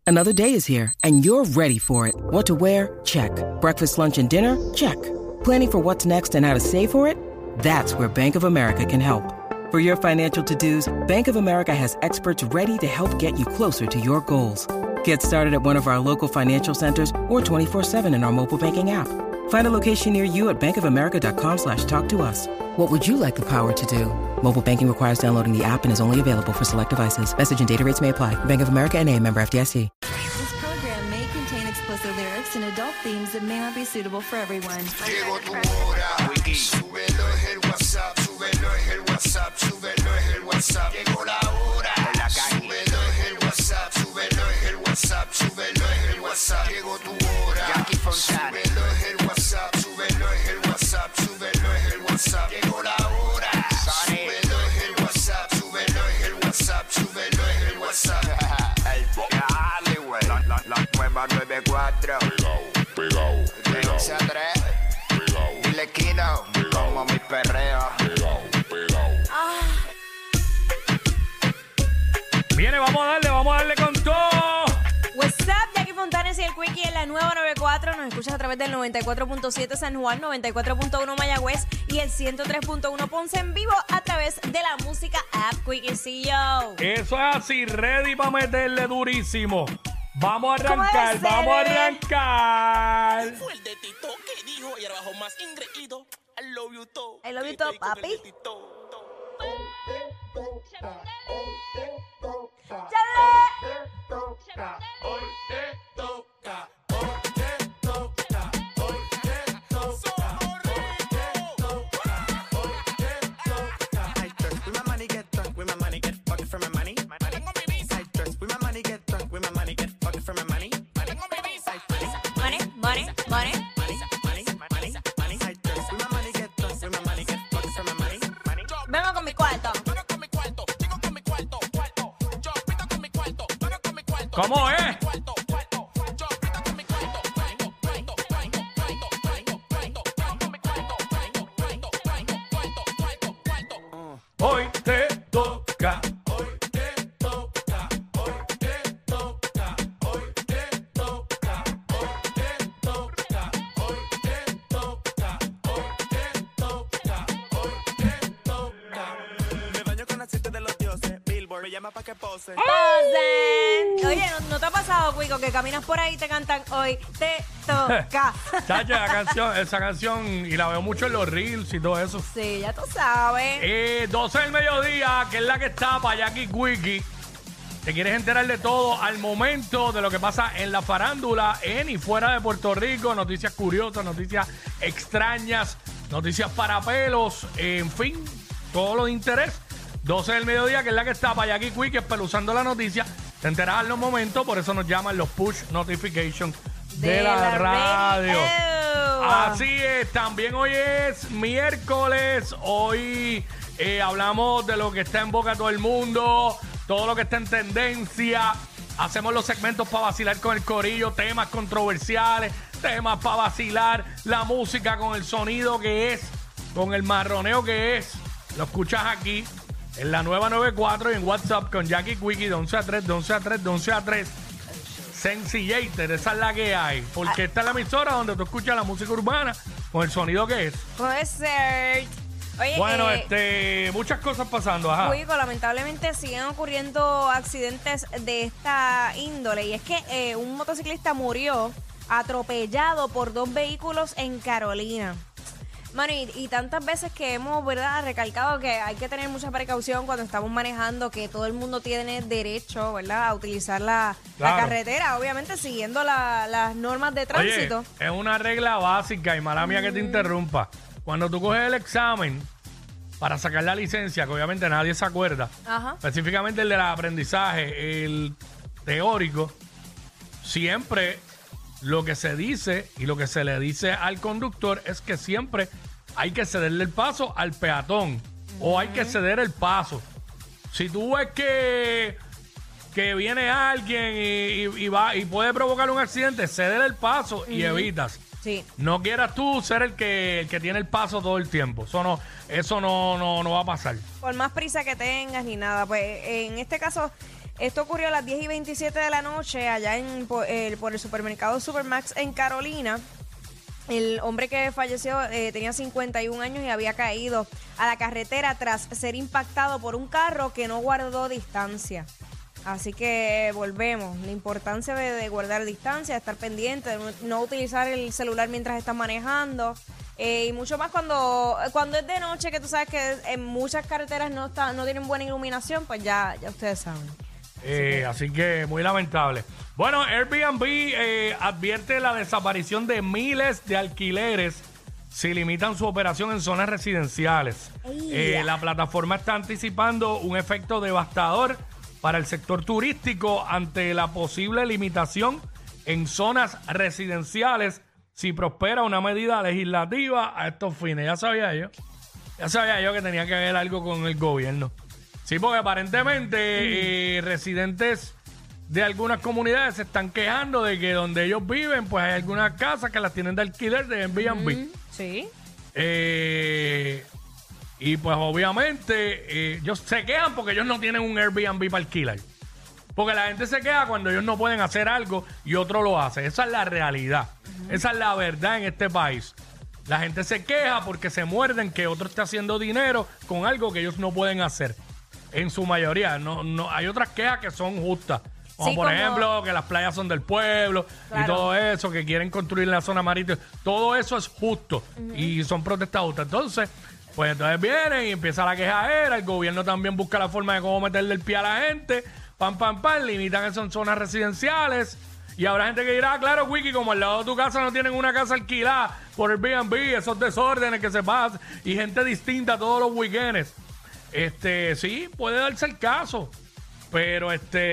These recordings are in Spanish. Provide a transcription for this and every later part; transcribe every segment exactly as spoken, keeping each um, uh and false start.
Another day is here, and you're ready for it. What to wear? Check. Breakfast, lunch, and dinner? Check. Planning for what's next and how to save for it? That's where Bank of America can help. For your financial to-dos, Bank of America has experts ready to help get you closer to your goals. Get started at one of our local financial centers or twenty-four seven in our mobile banking app. Find a location near you at bankofamerica.com slash talk to us. What would you like the power to do? Mobile banking requires downloading the app and is only available for select devices. Message and data rates may apply. Bank of America N A, member F D I C. This program may contain explicit lyrics and adult themes that may not be suitable for everyone. Llegó tu hora, Wiki. Súbelo en el WhatsApp, súbelo en el WhatsApp, súbelo en el WhatsApp. Llegó la hora, en la calle. Súbelo en el WhatsApp, súbelo en el WhatsApp, súbelo en el WhatsApp. Llegó tu hora, Jackie Fontana. Súbelo en el WhatsApp, súbelo en el WhatsApp, súbelo en el WhatsApp. Llegó la hora, súbelo en el WhatsApp, súbelo en el WhatsApp, súbelo en el WhatsApp. Dale, güey. La, la, la nueva nueve cuatro. Pegao, pegao, De once a tres. Dile Kino, como mi perreo. pegao, pegao. Viene, vamos a darle, vamos a darle con todo. What's up, Jackie Fontanes y el Quickie en la nueva noventa y cuatro. Nos escuchas a través del noventa y cuatro punto siete San Juan, noventa y cuatro punto uno Mayagüez y el ciento tres punto uno Ponce en vivo a través de la música app Quickiecillo. Eso es así, ready para meterle durísimo. Vamos a ¿Cómo arrancar, debe ser, vamos a bebé? arrancar. Fue el de Tito que dijo y ahora bajó más ingreído. I love you todo. I love you Tito todo, y con el papi. de Tito. I dress with my money, get drunk with my money, get fucked for my money. I dress with my money, get drunk with my money, get fucked for my money. Money, money, money. I dress with my money, get drunk with my money, get fucked for my money. Vengo con mi cuarto. ¿Cómo es? Hoy te toca. Hoy te toca. Hoy te toca. Hoy te toca. Hoy te toca. Hoy te toca. Hoy te toca. Hoy te toca. Me baño con aceite de los dioses. Billboard me llama pa' que pose. Posen. Oye, ¿no, ¿no te ha pasado, Quico, que caminas por ahí y te cantan hoy te toca? Chacho, la canción, esa canción, y la veo mucho en los reels y todo eso. Sí, ya tú sabes. Eh, doce del mediodía, que es la que está para Jackie Quickie. Te quieres enterar de todo al momento de lo que pasa en la farándula, en y fuera de Puerto Rico. Noticias curiosas, noticias extrañas, noticias para pelos, en fin, todo lo de interés. doce del mediodía, que es la que está para Jackie Quickie, espeluzando la noticia. Te enteras en los momentos, por eso nos llaman los push notifications de, De la, la radio. radio. Así es, también hoy es miércoles, hoy eh, hablamos de lo que está en boca de todo el mundo, todo lo que está en tendencia, hacemos los segmentos para vacilar con el corillo, temas controversiales, temas para vacilar, la música con el sonido que es, con el marroneo que es, lo escuchas aquí en la nueva noventa y cuatro y en WhatsApp con Jackie Quickie de once a tres, de once a tres, de once a tres. Sencillator, esa es la que hay. Porque esta es la emisora donde tú escuchas la música urbana con el sonido que es. Puede ser. Oye, Bueno, eh, este, muchas cosas pasando, ajá. Quico, lamentablemente siguen ocurriendo accidentes de esta índole. Y es que eh, un motociclista murió atropellado por dos vehículos en Carolina. Mano, y, y tantas veces que hemos, ¿verdad?, recalcado que hay que tener mucha precaución cuando estamos manejando, que todo el mundo tiene derecho, ¿verdad?, a utilizar la, la Claro. carretera, obviamente siguiendo la- las normas de tránsito. Oye, es una regla básica y mala mía que te interrumpa. Cuando tú coges el examen para sacar la licencia, que obviamente nadie se acuerda, Ajá. específicamente el del aprendizaje, el teórico, siempre lo que se dice y lo que se le dice al conductor es que siempre hay que cederle el paso al peatón o hay que ceder el paso. Si tú ves que, que viene alguien y, y- y va y puede provocar un accidente, ceder el paso y evitas. Sí. No quieras tú ser el que, el que tiene el paso todo el tiempo. Eso no, eso no, no, no va a pasar. Por más prisa que tengas ni nada, pues en este caso Esto ocurrió a las diez y veintisiete de la noche allá en, por, el, por el supermercado Supermax en Carolina. El hombre que falleció eh, tenía cincuenta y un años y había caído a la carretera tras ser impactado por un carro que no guardó distancia. Así que volvemos. La importancia de, de guardar distancia, de estar pendiente, de no, no utilizar el celular mientras estás manejando. Eh, y mucho más cuando cuando es de noche, que tú sabes que en muchas carreteras no está, no tienen buena iluminación, pues ya, ya ustedes saben. Eh, así que muy lamentable. Bueno, Airbnb eh, advierte la desaparición de miles de alquileres si limitan su operación en zonas residenciales. Eh, la plataforma está anticipando un efecto devastador para el sector turístico ante la posible limitación en zonas residenciales si prospera una medida legislativa a estos fines. Ya sabía yo, ya sabía yo que tenía que ver algo con el gobierno. Sí, porque aparentemente mm. eh, residentes de algunas comunidades se están quejando de que donde ellos viven, pues hay algunas casas que las tienen de alquiler de Airbnb. Mm, sí. Eh, y pues obviamente eh, ellos se quejan porque ellos no tienen un Airbnb para alquilar. Porque la gente se queja cuando ellos no pueden hacer algo y otro lo hace. Esa es la realidad. Mm. Esa es la verdad en este país. La gente se queja porque se muerden que otro esté haciendo dinero con algo que ellos no pueden hacer. En su mayoría, no, no, hay otras quejas que son justas. Como sí, por como... ejemplo, que las playas son del pueblo, claro, y todo eso, que quieren construir la zona marítima. Todo eso es justo, uh-huh, y son protestas justas. Entonces, pues entonces vienen y empieza la quejadera. El gobierno también busca la forma de cómo meterle el pie a la gente. Pam, pam, pam, limitan eso en zonas residenciales. Y habrá gente que dirá, ah, claro, Wiki, como al lado de tu casa no tienen una casa alquilada por el Airbnb, esos desórdenes que se pasan, y gente distinta todos los weekends. Este, sí, puede darse el caso, pero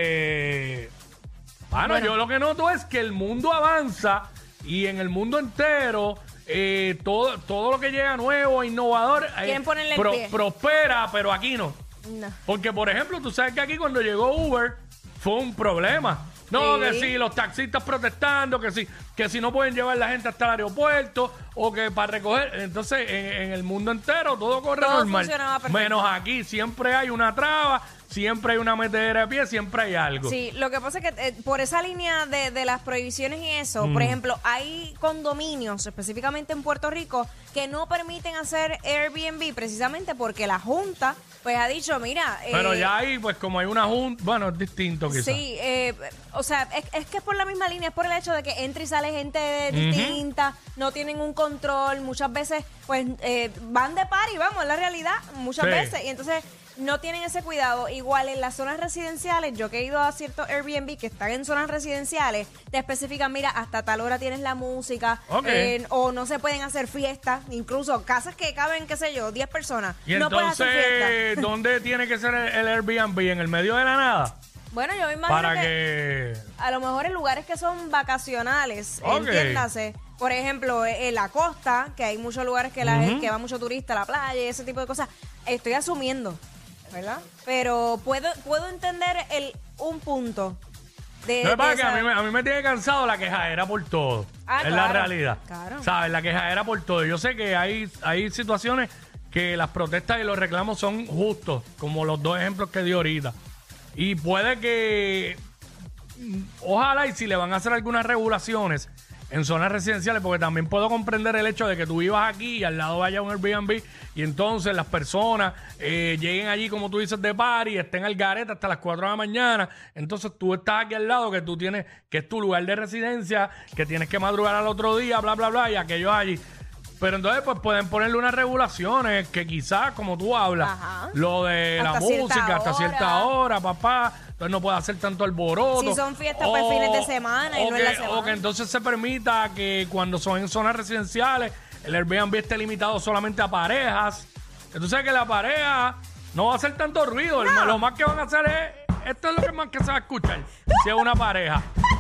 este, bueno, bueno, yo lo que noto es que el mundo avanza y en el mundo entero eh, todo, todo lo que llega nuevo, innovador, eh, pro, prospera, pero aquí no. no. Porque, por ejemplo, tú sabes que aquí cuando llegó Uber fue un problema. No, sí, que si los taxistas protestando, que si, que si no pueden llevar la gente hasta el aeropuerto o que para recoger. Entonces, en, en el mundo entero todo corre todo normal. Menos aquí, siempre hay una traba, siempre hay una metedera de pie, siempre hay algo. Sí, lo que pasa es que eh, por esa línea de, de las prohibiciones y eso, mm. por ejemplo, hay condominios, específicamente en Puerto Rico, que no permiten hacer Airbnb precisamente porque la Junta pues ha dicho, mira... Pero eh, ya hay, pues como hay una Junta, bueno, es distinto quizás. Sí, eh, o sea, es, es que es por la misma línea, es por el hecho de que entra y sale gente uh-huh. distinta, no tienen un control, muchas veces pues eh, van de party, vamos, es la realidad, muchas sí. veces, y entonces... no tienen ese cuidado. Igual en las zonas residenciales, yo que he ido a ciertos Airbnb que están en zonas residenciales, te especifican, mira, hasta tal hora tienes la música, okay. eh, o no se pueden hacer fiestas, incluso casas que caben, qué sé yo, diez personas. Y no entonces, puedes hacer fiestas. ¿dónde tiene que ser el, el Airbnb? ¿En el medio de la nada? Bueno, yo me imagino Para que, que a lo mejor en lugares que son vacacionales, okay. entiéndase. Por ejemplo, en la costa, que hay muchos lugares que, la, uh-huh. que va mucho turista a la playa y ese tipo de cosas. Estoy asumiendo, ¿verdad? Pero puedo puedo entender el un punto de, no, de es que a, mí me, a mí me tiene cansado la quejadera por todo. Ah, es claro, la realidad. Claro. ¿Sabes? La quejadera por todo. Yo sé que hay, hay situaciones que las protestas y los reclamos son justos, como los dos ejemplos que di ahorita. Y puede que, ojalá, y si le van a hacer algunas regulaciones en zonas residenciales, porque también puedo comprender el hecho de que tú vivas aquí y al lado vaya un Airbnb y entonces las personas eh, lleguen allí, como tú dices, de party, estén al garete hasta las cuatro de la mañana. Entonces tú estás aquí al lado, que tú tienes, que es tu lugar de residencia, que tienes que madrugar al otro día, bla, bla, bla, y aquellos allí. Pero entonces pues pueden ponerle unas regulaciones que quizás, como tú hablas, Ajá. lo de hasta la música hora. hasta cierta hora, papá, entonces no puede hacer tanto alboroto. Si son fiestas, pues fines de semana y no que, en la semana. O que entonces se permita que cuando son en zonas residenciales, el Airbnb esté limitado solamente a parejas. Entonces que la pareja no va a hacer tanto ruido. No. Lo más que van a hacer es, esto es lo que más que se va a escuchar, si es una pareja.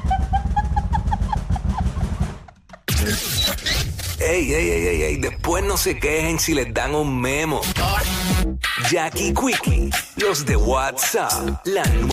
Ey, ey, ey, ey, ey, después no se quejen si les dan un memo. Jackie Quickie, los de WhatsApp, la